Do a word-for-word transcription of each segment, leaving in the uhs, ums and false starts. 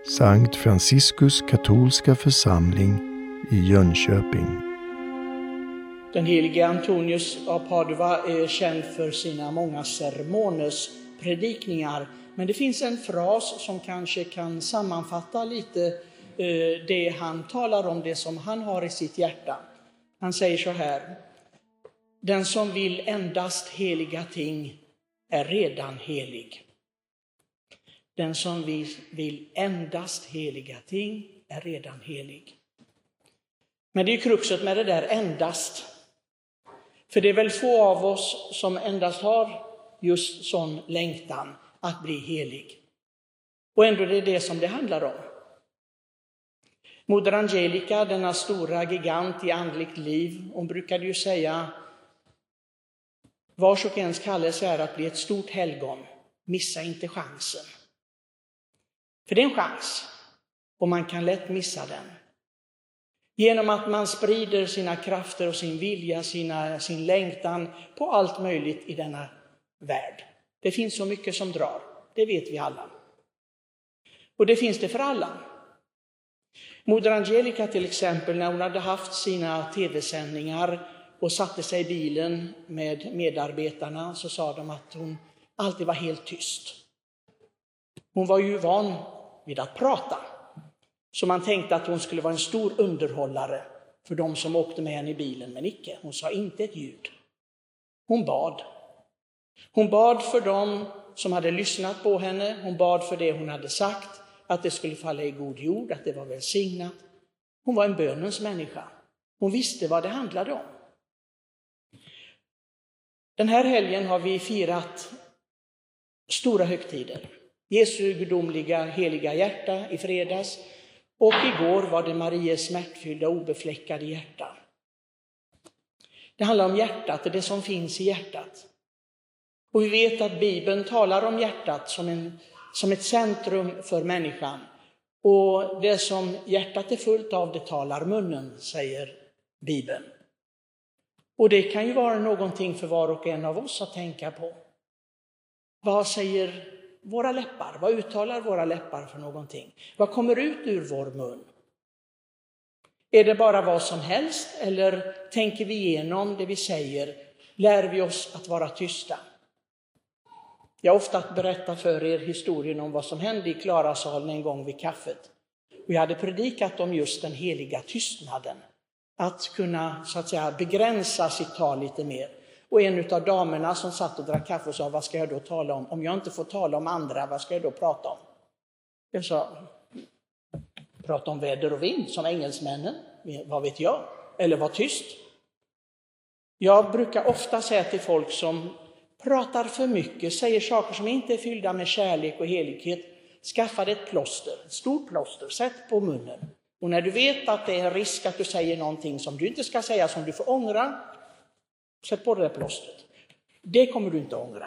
Sankt Franciskus katolska församling i Jönköping. Den helige Antonius av Padua är känd för sina många sermones, predikningar. Men det finns en fras som kanske kan sammanfatta lite eh, det han talar om, det som han har i sitt hjärta. Han säger så här: den som vill endast heliga ting är redan helig. Den som vill, vill endast heliga ting är redan helig. Men det är kruxet med det där endast. För det är väl få av oss som endast har just sån längtan att bli helig. Och ändå är det det som det handlar om. Moder Angelica, denna stora gigant i andligt liv, hon brukade ju säga: vars och ens kallelse är att bli ett stort helgon. Missa inte chansen. För det är en chans, och man kan lätt missa den. Genom att man sprider sina krafter och sin vilja, sina, sin längtan på allt möjligt i denna värld. Det finns så mycket som drar, det vet vi alla. Och det finns det för alla. Moder Angelica till exempel, när hon hade haft sina tv-sändningar och satte sig i bilen med medarbetarna, så sa de att hon alltid var helt tyst. Hon var ju van vid att prata. Så man tänkte att hon skulle vara en stor underhållare för de som åkte med henne i bilen, men icke. Hon sa inte ett ljud. Hon bad. Hon bad för dem som hade lyssnat på henne. Hon bad för det hon hade sagt, att det skulle falla i god jord, att det var välsignat. Hon var en bönens människa. Hon visste vad det handlade om. Den här helgen har vi firat stora högtider. Jesu gudomliga heliga hjärta i fredags, och igår var det Maries smärtfyllda obefläckade hjärta. Det handlar om hjärtat, det som finns i hjärtat. Och vi vet att Bibeln talar om hjärtat som, en, som ett centrum för människan. Och det som hjärtat är fullt av, det talar munnen, säger Bibeln. Och det kan ju vara någonting för var och en av oss att tänka på. Vad säger våra läppar? Vad uttalar våra läppar för någonting? Vad kommer ut ur vår mun? Är det bara vad som helst, eller tänker vi igenom det vi säger? Lär vi oss att vara tysta? Jag har ofta berättat för er historien om vad som hände i Klarasalen en gång vid kaffet. Och jag hade predikat om just den heliga tystnaden. Att kunna så att säga begränsa sitt tal lite mer. Och en av damerna som satt och drack kaffe sa: vad ska jag då tala om? Om jag inte får tala om andra, vad ska jag då prata om? Jag sa: prata om väder och vind som engelsmännen, vad vet jag? Eller var tyst. Jag brukar ofta säga till folk som pratar för mycket, säger saker som inte är fyllda med kärlek och helighet: skaffa dig ett plåster, ett stort plåster, sätt på munnen. Och när du vet att det är en risk att du säger någonting som du inte ska säga, som du får ångra, sätt på det där plåstret. Det kommer du inte ångra.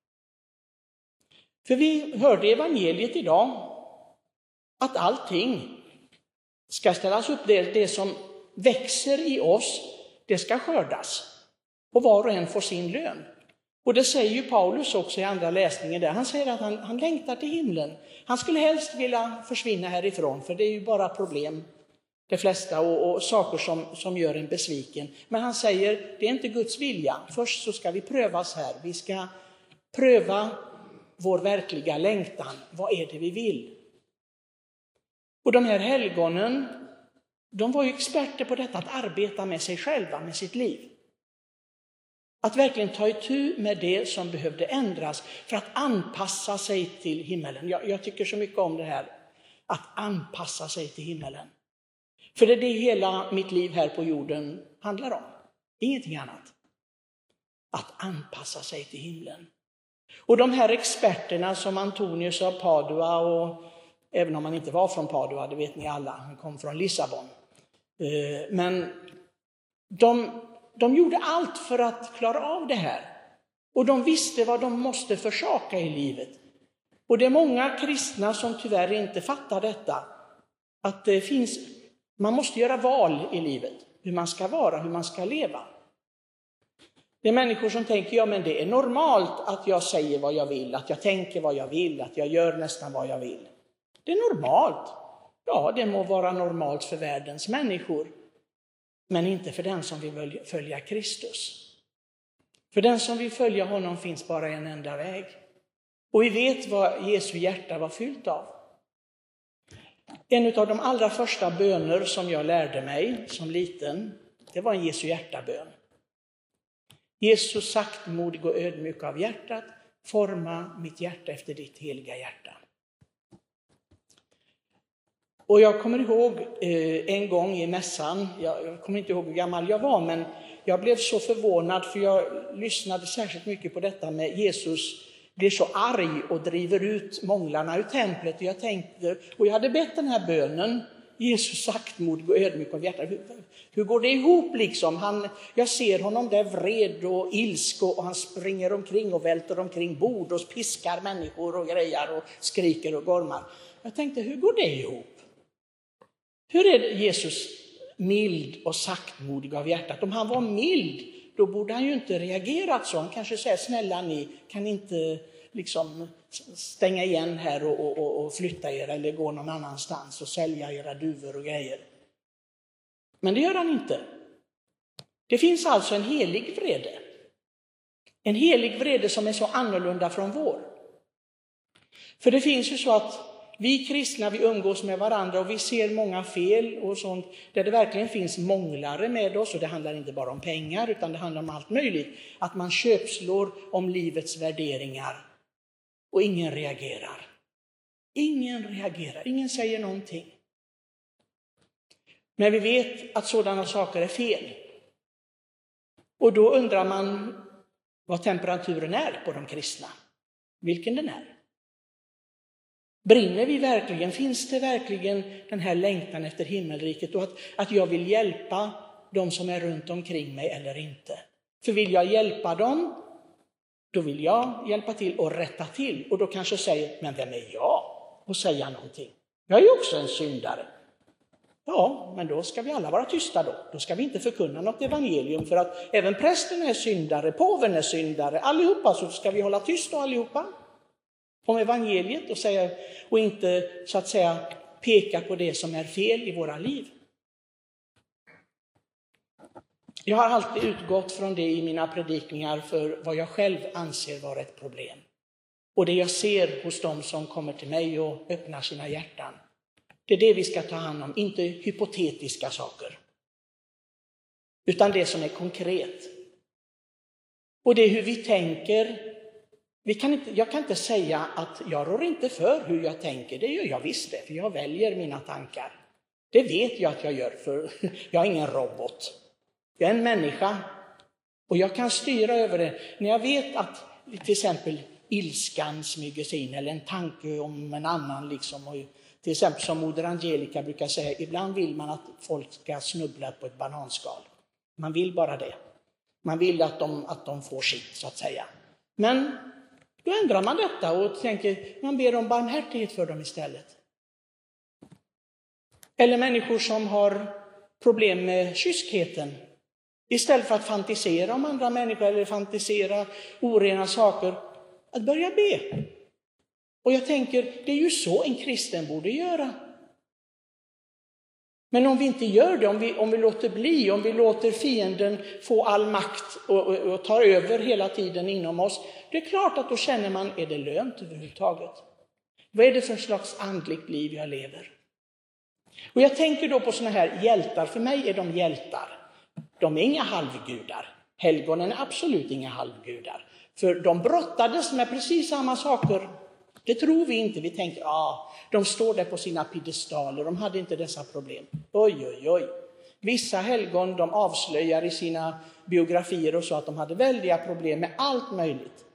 För vi hörde i evangeliet idag att allting ska ställas upp. Det, det som växer i oss, det ska skördas. Och var och en får sin lön. Och det säger ju Paulus också i andra läsningen där. Han säger att han, han längtar till himlen. Han skulle helst vilja försvinna härifrån, för det är ju bara problem, de flesta, och, och saker som, som gör en besviken. Men han säger, det är inte Guds vilja. Först så ska vi prövas här. Vi ska pröva vår verkliga längtan. Vad är det vi vill? Och de här helgonen, de var ju experter på detta, att arbeta med sig själva, med sitt liv. Att verkligen ta itu med det som behövde ändras för att anpassa sig till himmelen. Jag, jag tycker så mycket om det här, att anpassa sig till himmelen. För det är det hela mitt liv här på jorden handlar om. Ingenting annat. Att anpassa sig till himlen. Och de här experterna som Antonius av Padua, och även om han inte var från Padua, det vet ni alla, han kom från Lissabon. Men de, de gjorde allt för att klara av det här. Och de visste vad de måste försaka i livet. Och det är många kristna som tyvärr inte fattar detta. Att det finns... Man måste göra val i livet, hur man ska vara, hur man ska leva. Det är människor som tänker, ja men det är normalt att jag säger vad jag vill, att jag tänker vad jag vill, att jag gör nästan vad jag vill. Det är normalt. Ja, det må vara normalt för världens människor, men inte för den som vill följa Kristus. För den som vill följa honom finns bara en enda väg. Och vi vet vad Jesu hjärta var fyllt av. En av de allra första böner som jag lärde mig som liten, det var en Jesu hjärtabön. Jesus saktmodig och ödmjuk av hjärtat, forma mitt hjärta efter ditt heliga hjärta. Och jag kommer ihåg eh, en gång i mässan, jag, jag kommer inte ihåg hur gammal jag var, men jag blev så förvånad för jag lyssnade särskilt mycket på detta med Jesus blir så arg och driver ut månglarna ur templet. Och jag tänkte, och jag hade bett den här bönen, Jesus saktmodig och ödmjuk av hjärtat. Hur, hur går det ihop liksom? Han, jag ser honom där vred och ilsk och han springer omkring och välter omkring bord och piskar människor och grejer och skriker och gormar. Jag tänkte, hur går det ihop? Hur är Jesus mild och saktmodig av hjärtat? Om han var mild, då borde han ju inte reagerat så. Han kanske säger, snälla ni kan inte liksom stänga igen här och, och, och flytta er eller gå någon annanstans och sälja era duvor och grejer. Men det gör han inte. Det finns alltså en helig vrede. En helig vrede som är så annorlunda från vår. För det finns ju så att vi kristna, vi umgås med varandra och vi ser många fel och sånt där det verkligen finns månglare med oss. Och det handlar inte bara om pengar utan det handlar om allt möjligt. Att man köpslår om livets värderingar och ingen reagerar. Ingen reagerar, ingen säger någonting. Men vi vet att sådana saker är fel. Och då undrar man vad temperaturen är på de kristna. Vilken den är. Brinner vi verkligen? Finns det verkligen den här längtan efter himmelriket och att, att jag vill hjälpa de som är runt omkring mig eller inte? För vill jag hjälpa dem, då vill jag hjälpa till och rätta till. Och då kanske säger, men vem är jag att säga någonting? Jag är ju också en syndare. Ja, men då ska vi alla vara tysta då. Då ska vi inte förkunna något evangelium för att även prästen är syndare, påven är syndare, allihopa, så ska vi hålla tyst då allihopa om evangeliet och, säga, och inte så att säga peka på det som är fel i våra liv. Jag har alltid utgått från det i mina predikningar för vad jag själv anser vara ett problem. Och det jag ser hos dem som kommer till mig och öppnar sina hjärtan. Det är det vi ska ta hand om, inte hypotetiska saker. Utan det som är konkret. Och det är hur vi tänker. Vi kan inte, jag kan inte säga att jag rår inte för hur jag tänker. Det gör jag visst det, för jag väljer mina tankar. Det vet jag att jag gör, för jag är ingen robot. Jag är en människa. Och jag kan styra över det. När jag vet att till exempel ilskan smyger sig in, eller en tanke om en annan liksom. Och till exempel som moder Angelica brukar säga, ibland vill man att folk ska snubbla på ett bananskal. Man vill bara det. Man vill att de, att de får sitt, så att säga. Men då ändrar man detta och tänker, man ber om barmhärtighet för dem istället. Eller människor som har problem med kyskheten. Istället för att fantisera om andra människor eller fantisera orena saker, att börja be. Och jag tänker, det är ju så en kristen borde göra. Men om vi inte gör det, om vi, om vi låter bli, om vi låter fienden få all makt och, och, och ta över hela tiden inom oss, det är klart att då känner man, är det lönt överhuvudtaget? Vad är det för slags andligt liv jag lever? Och jag tänker då på såna här hjältar, för mig är de hjältar. De är inga halvgudar. Helgonen är absolut inga halvgudar. För de brottades med precis samma saker. Det tror vi inte. Vi tänker, ja, ah, de står där på sina piedestaler. De hade inte dessa problem. Oj, oj, oj. Vissa helgon, de avslöjar i sina biografier och så att de hade väldiga problem med allt möjligt.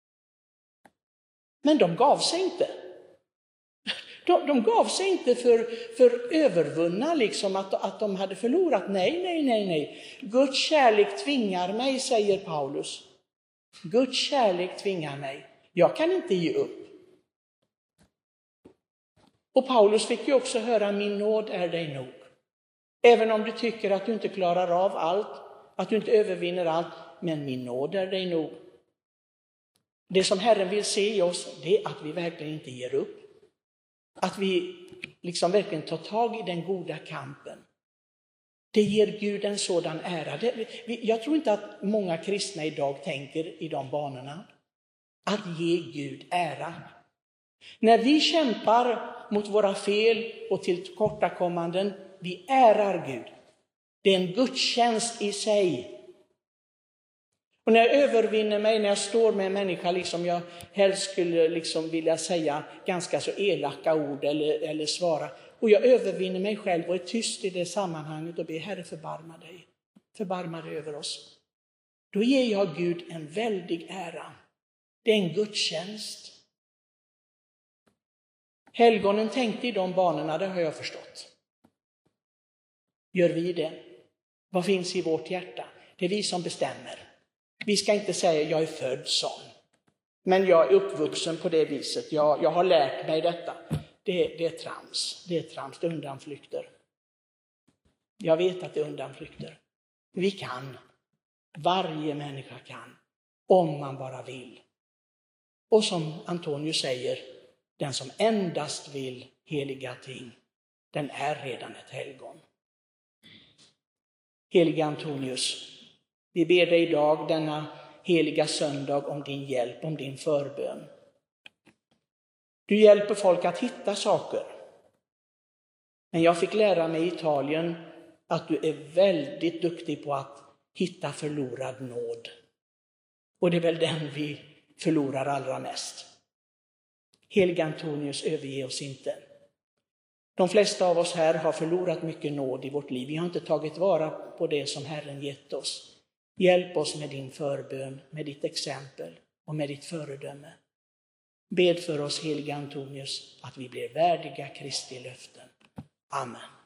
Men de gav sig inte. De, de gav sig inte för, för övervunna, liksom att, att de hade förlorat. Nej, nej, nej, nej. Guds kärlek tvingar mig, säger Paulus. Guds kärlek tvingar mig. Jag kan inte ge upp. Och Paulus fick ju också höra, min nåd är dig nog. Även om du tycker att du inte klarar av allt, att du inte övervinner allt, men min nåd är dig nog. Det som Herren vill se i oss, det är att vi verkligen inte ger upp. Att vi liksom verkligen tar tag i den goda kampen. Det ger Gud en sådan ära. Det, vi, jag tror inte att många kristna idag tänker i de banorna. Att ge Gud ära. När vi kämpar mot våra fel och tillkortakommanden, vi ärar Gud. Det är en gudstjänst i sig. Och när jag övervinner mig, när jag står med en människa, liksom jag helst skulle liksom vilja säga ganska så elaka ord eller, eller svara. Och jag övervinner mig själv och är tyst i det sammanhanget och ber Herre förbarma dig. Förbarma dig över oss. Då ger jag Gud en väldig ära. Det är en gudstjänst. Helgonen tänkte i de banorna, det har jag förstått. Gör vi det? Vad finns i vårt hjärta? Det är vi som bestämmer. Vi ska inte säga jag är född sån. Men jag är uppvuxen på det viset. Jag, jag har lärt mig detta. Det, det är trams. Det är trams. Det är undanflykter. Jag vet att det är undanflykter. Vi kan. Varje människa kan. Om man bara vill. Och som Antonius säger, den som endast vill heliga ting, den är redan ett helgon. Helige Antonius, vi ber dig idag denna heliga söndag om din hjälp, om din förbön. Du hjälper folk att hitta saker. Men jag fick lära mig i Italien att du är väldigt duktig på att hitta förlorad nåd. Och det är väl den vi förlorar allra mest. Helige Antonius, överge oss inte. De flesta av oss här har förlorat mycket nåd i vårt liv. Vi har inte tagit vara på det som Herren gett oss. Hjälp oss med din förbön, med ditt exempel och med ditt föredöme. Bed för oss, helige Antonius, att vi blir värdiga Kristi löften. Amen.